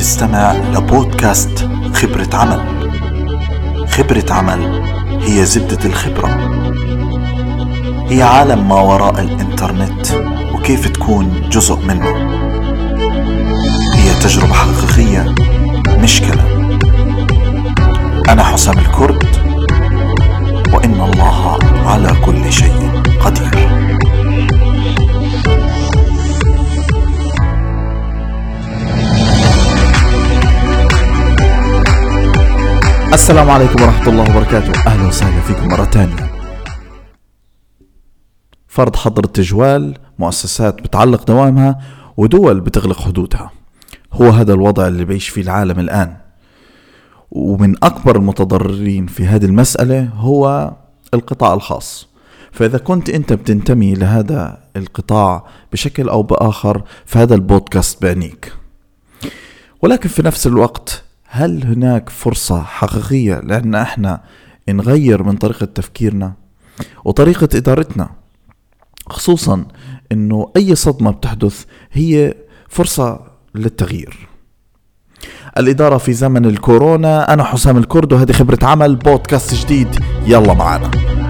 تستمع لبودكاست خبرة عمل. خبرة عمل هي زبدة الخبرة، هي عالم ما وراء الإنترنت وكيف تكون جزء منه. هي تجربة حقيقية مش كلام. أنا حسام الكرد، وإن الله على كل شيء قدير. السلام عليكم ورحمة الله وبركاته. أهلا وسهلا فيكم مرة تانية. فرض حظر التجوال، مؤسسات بتعلق دوامها ودول بتغلق حدودها، هو هذا الوضع اللي بيعيش فيه العالم الآن. ومن أكبر المتضررين في هذه المسألة هو القطاع الخاص. فإذا كنت أنت بتنتمي لهذا القطاع بشكل أو بآخر فهذا البودكاست بعنيك. ولكن في نفس الوقت هل هناك فرصة حقيقية لأن احنا نغير من طريقة تفكيرنا وطريقة إدارتنا، خصوصا انه اي صدمة بتحدث هي فرصة للتغيير. الإدارة في زمن الكورونا. أنا حسام الكرد وهذه خبرة عمل، بودكاست جديد، يلا معنا.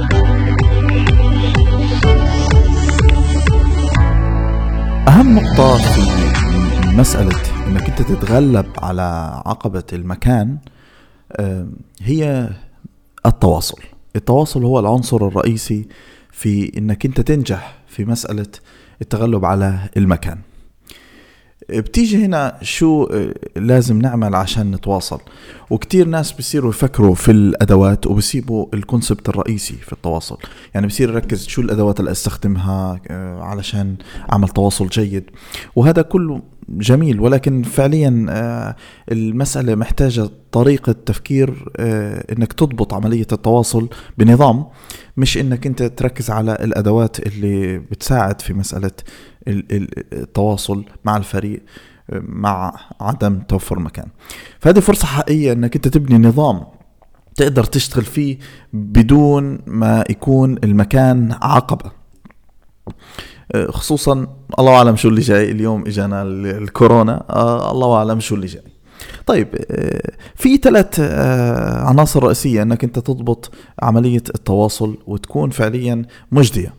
أهم نقطة في مسألة انك انت تتغلب على عقبة المكان هي التواصل. التواصل هو العنصر الرئيسي في انك انت تنجح في مسألة التغلب على المكان. بتيجي هنا شو لازم نعمل عشان نتواصل، وكتير ناس بيصيروا يفكروا في الأدوات وبيسيبوا الكونسبت الرئيسي في التواصل. يعني بيصير يركز شو الأدوات اللي استخدمها علشان أعمل تواصل جيد، وهذا كله جميل، ولكن فعليا المسألة محتاجة طريقة تفكير انك تضبط عملية التواصل بنظام، مش انك انت تركز على الأدوات اللي بتساعد في مسألة التواصل مع الفريق مع عدم توفر مكان. فهذه فرصة حقيقية انك انت تبني نظام تقدر تشتغل فيه بدون ما يكون المكان عقبة، خصوصا الله أعلم شو اللي جاي. اليوم إجانا الكورونا، الله أعلم شو اللي جاي. طيب، في 3 عناصر رئيسية انك انت تضبط عملية التواصل وتكون فعليا مجدية.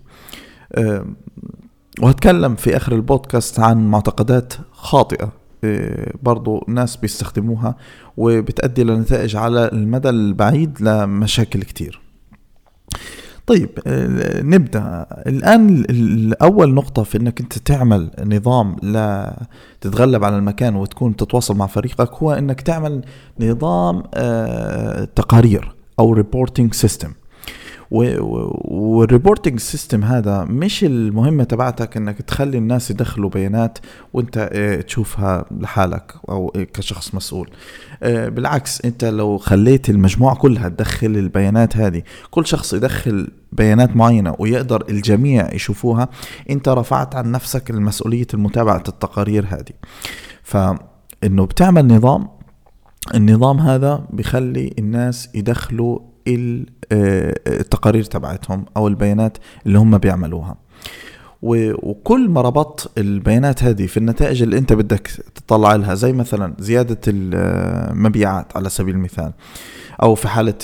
وهتكلم في آخر البودكاست عن معتقدات خاطئة برضو ناس بيستخدموها وبتأدي لنتائج على المدى البعيد لمشاكل كتير. طيب، نبدأ الآن. الأول نقطة في أنك أنت تعمل نظام لا تتغلب على المكان وتكون تتواصل مع فريقك هو أنك تعمل نظام تقارير أو reporting system. والريبورتنج سيستم هذا مش المهمة تبعتك انك تخلي الناس يدخلوا بيانات وانت تشوفها لحالك او كشخص مسؤول. بالعكس، انت لو خليت المجموعة كلها تدخل البيانات هذه، كل شخص يدخل بيانات معينة ويقدر الجميع يشوفوها، انت رفعت عن نفسك المسؤولية المتابعة التقارير هذه. فانه بتعمل نظام، النظام هذا بيخلي الناس يدخلوا التقارير تبعتهم أو البيانات اللي هم بيعملوها، وكل ما ربط البيانات هذه في النتائج اللي انت بدك تطلع لها، زي مثلا زيادة المبيعات على سبيل المثال، أو في حالة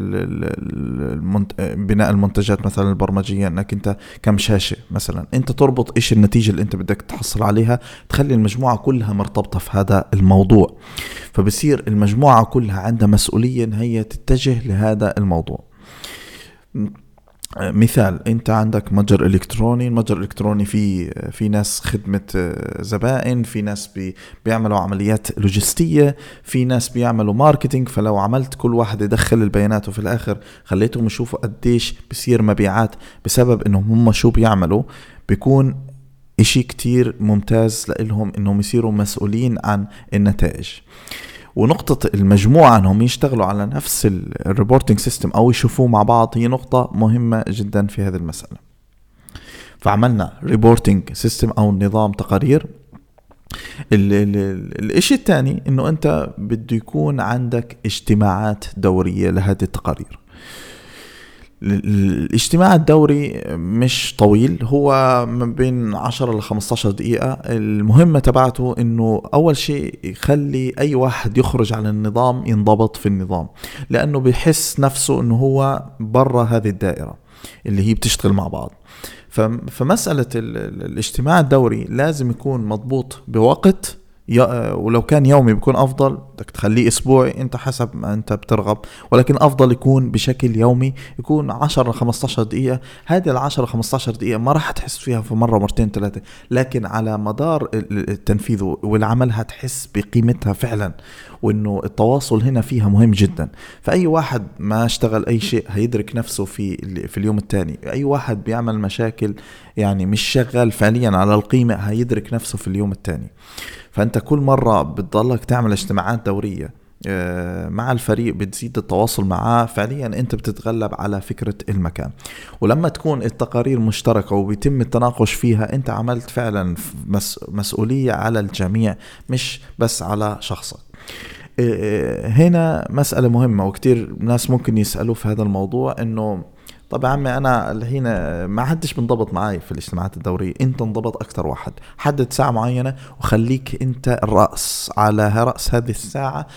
بناء المنتجات مثلا البرمجية، انك انت كم شاشة مثلا، انت تربط ايش النتيجة اللي انت بدك تحصل عليها، تخلي المجموعة كلها مرتبطة في هذا الموضوع. فبصير المجموعة كلها عندها مسؤولية ان هي تتجه لهذا الموضوع. مثال، انت عندك متجر الكتروني، المتجر الالكتروني في ناس خدمة زبائن، في ناس بيعملوا عمليات لوجستية، في ناس بيعملوا ماركتينج. فلو عملت كل واحد يدخل البيانات وفي الاخر خليتهم يشوفوا قديش بيصير مبيعات بسبب انهم هم شو بيعملوا، بيكون اشي كتير ممتاز لهم انهم يصيروا مسؤولين عن النتائج. ونقطة المجموعة انهم يشتغلوا على نفس الريبورتنج سيستم او يشوفوه مع بعض هي نقطة مهمة جدا في هذه المسألة. فعملنا ريبورتنج سيستم او نظام تقارير. الاشي الثاني انه انت بده يكون عندك اجتماعات دورية لهذه التقارير. الاجتماع الدوري مش طويل، هو من بين 10 ل 15 دقيقة. المهمة تبعته انه اول شيء يخلي اي واحد يخرج عن النظام ينضبط في النظام، لانه بيحس نفسه انه هو برا هذه الدائرة اللي هي بتشتغل مع بعض. فمسألة الاجتماع الدوري لازم يكون مضبوط بوقت، ولو كان يومي بيكون أفضل، بدك تخليه أسبوعي أنت حسب ما أنت بترغب، ولكن أفضل يكون بشكل يومي، يكون 10 ل 15 دقيقة. هذه ال 10 ل 15 دقيقة ما راح تحس فيها في مرة مرتين ثلاثة، لكن على مدار التنفيذ والعمل هتحس بقيمتها فعلا، وإنه التواصل هنا فيها مهم جدا. فأي واحد ما اشتغل أي شيء هيدرك نفسه في اليوم الثاني. أي واحد بيعمل مشاكل يعني مش شغال فعليا على القيمة هيدرك نفسه في اليوم الثاني. فأنت كل مرة بتضلك تعمل اجتماعات دورية مع الفريق، بتزيد التواصل معاه، فعليا انت بتتغلب على فكرة المكان. ولما تكون التقارير مشتركة وبيتم التناقش فيها، انت عملت فعلا مسؤولية على الجميع مش بس على شخصك. هنا مسألة مهمة وكتير ناس ممكن يسألوا في هذا الموضوع، انه طب يا عمي انا الحين ما حدش بنضبط معي في الاجتماعات الدورية، انت انضبط اكتر واحد، حدد ساعة معينة وخليك انت الرأس على رأس هذه الساعة.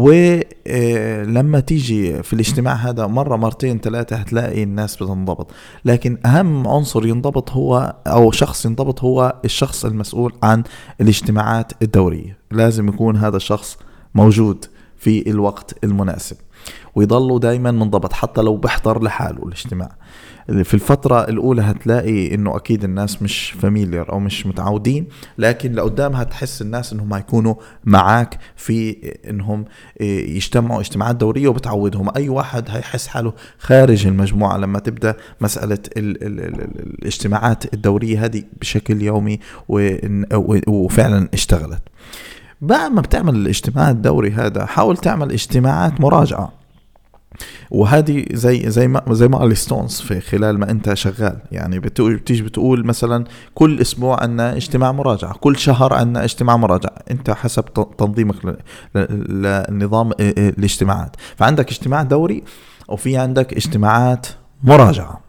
ولما تيجي في الاجتماع هذا مرة مرتين ثلاثة هتلاقي الناس بتنضبط. لكن اهم عنصر ينضبط هو، او شخص ينضبط هو الشخص المسؤول عن الاجتماعات الدورية. لازم يكون هذا الشخص موجود في الوقت المناسب، ويضلوا دايما منضبط حتى لو بحضر لحاله الاجتماع. في الفترة الأولى هتلاقي إنه أكيد الناس مش فاميليار أو مش متعودين، لكن لقدام هتحس الناس إنهم هيكونوا معاك في إنهم يجتمعوا اجتماعات دورية، وبتعودهم. أي واحد هيحس حاله خارج المجموعة لما تبدأ مسألة الاجتماعات الدورية هذه بشكل يومي وفعلا اشتغلت. بعد ما بتعمل الاجتماع الدوري هذا، حاول تعمل اجتماعات مراجعة، وهذه زي ما قال ستونز في خلال ما انت شغال. يعني بتيجي بتقول مثلا كل اسبوع عنا اجتماع مراجعة، كل شهر عنا اجتماع مراجعة، انت حسب تنظيمك لنظام الاجتماعات. فعندك اجتماع دوري وفي عندك اجتماعات مراجعة.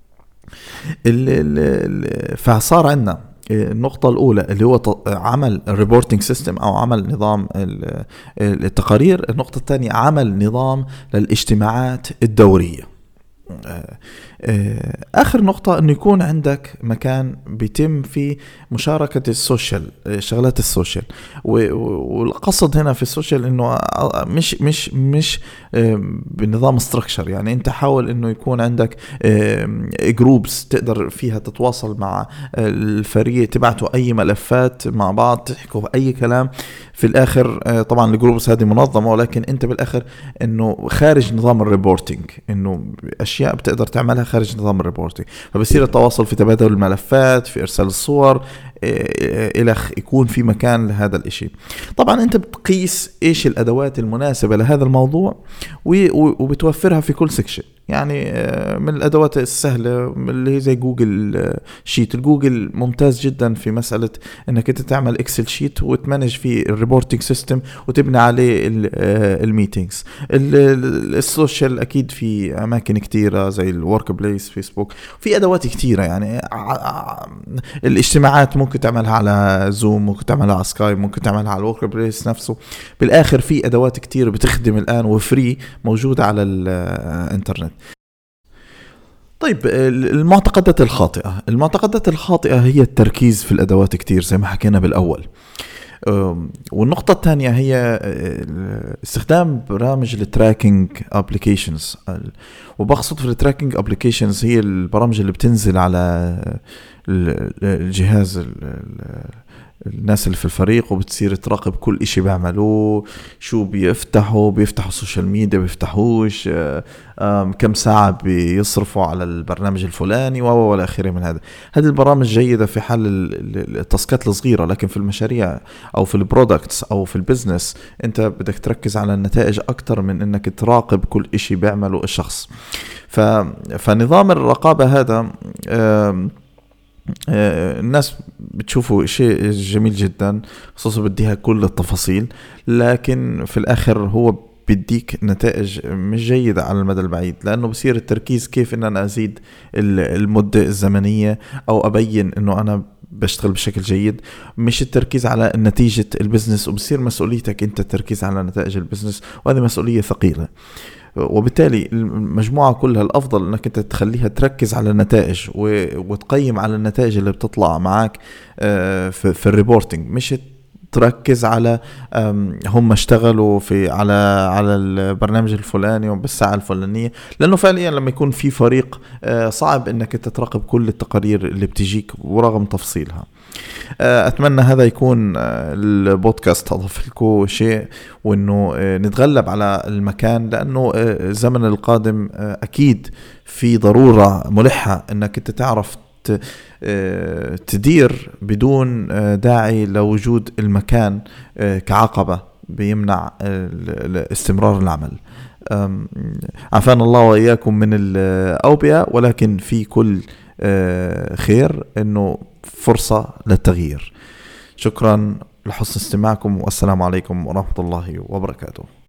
فصار عندنا النقطة الأولى اللي هو عمل الريبورتينج سيستم أو عمل نظام التقارير. النقطة الثانية عمل نظام للاجتماعات الدورية. آخر نقطة أنه يكون عندك مكان بيتم فيه مشاركة السوشيال، شغلات السوشيال. والقصد هنا في السوشيال أنه مش بنظام ستراكشر. يعني أنت حاول أنه يكون عندك جروبس تقدر فيها تتواصل مع الفريق، تبعتوا أي ملفات مع بعض، تحكوا أي كلام. في الآخر طبعا الجروبس هذه منظمة، ولكن أنت بالآخر أنه خارج نظام الريبورتينج، أنه أشياء بتقدر تعملها خارج نظام الريبورتينج. فبصير التواصل في تبادل الملفات، في إرسال الصور، إلخ يكون في مكان لهذا الإشي. طبعا أنت بتقيس إيش الأدوات المناسبة لهذا الموضوع وبتوفرها في كل سكشن. يعني من الأدوات السهلة اللي هي زي جوجل شيت. الجوجل ممتاز جدا في مسألة أنك أنت تعمل إكسل شيت وتمانج فيه الريبورتينج سيستم وتبني عليه الميتينجز. السوشيال أكيد في أماكن كتيرة زي الورك بليس، فيسبوك، في أدوات كتيرة. يعني الاجتماعات ممكن تعملها على زوم، ممكن تعملها على سكايب، ممكن تعملها على الورك بليس نفسه. بالآخر في أدوات كتير بتخدم الآن وفري موجودة على الانترنت. طيب المعتقدات الخاطئة هي التركيز في الأدوات كتير زي ما حكينا بالأول. والنقطة الثانية هي استخدام برامج التراكينج ابليكيشنز. وبقصد في التراكينج ابليكيشنز هي البرامج اللي بتنزل على الجهاز الناس اللي في الفريق، وبتصير تراقب كل اشي بيعملوه، شو بيفتحوا السوشيال ميديا، بيفتحوش، كم ساعة بيصرفوا على البرنامج الفلاني ولا آخره من هذا. هذه البرامج جيدة في حل التاسكات الصغيرة، لكن في المشاريع أو في البرودكتس أو في البزنس أنت بدك تركز على النتائج أكتر من أنك تراقب كل إشي بيعمله الشخص. فنظام الرقابة هذا الناس بتشوفوا شيء جميل جدا، خصوصا بديها كل التفاصيل، لكن في الآخر هو بيديك نتائج مش جيدة على المدى البعيد، لأنه بصير التركيز كيف إن أنا أزيد المدة الزمنية أو أبين إنه أنا بشتغل بشكل جيد، مش التركيز على نتيجة البزنس. وبصير مسؤوليتك أنت التركيز على نتائج البزنس، وهذه مسؤولية ثقيلة. وبالتالي المجموعة كلها الأفضل أنك أنت تخليها تركز على النتائج وتقيم على النتائج اللي بتطلع معك في الريبورتينج، مش تركز على هم اشتغلوا على البرنامج الفلاني وبالساعة الفلانية. لأنه فعليا لما يكون في فريق صعب أنك أنت تراقب كل التقارير اللي بتجيك ورغم تفصيلها. أتمنى هذا يكون البودكاست أضاف لكم شيء، وأنه نتغلب على المكان، لأنه الزمن القادم أكيد في ضرورة ملحة أنك أنت تعرف تدير بدون داعي لوجود المكان كعقبة بيمنع استمرار العمل. عافانا الله وإياكم من الأوبئة، ولكن في كل خير إنه فرصة للتغيير. شكرا لحسن استماعكم، والسلام عليكم ورحمة الله وبركاته.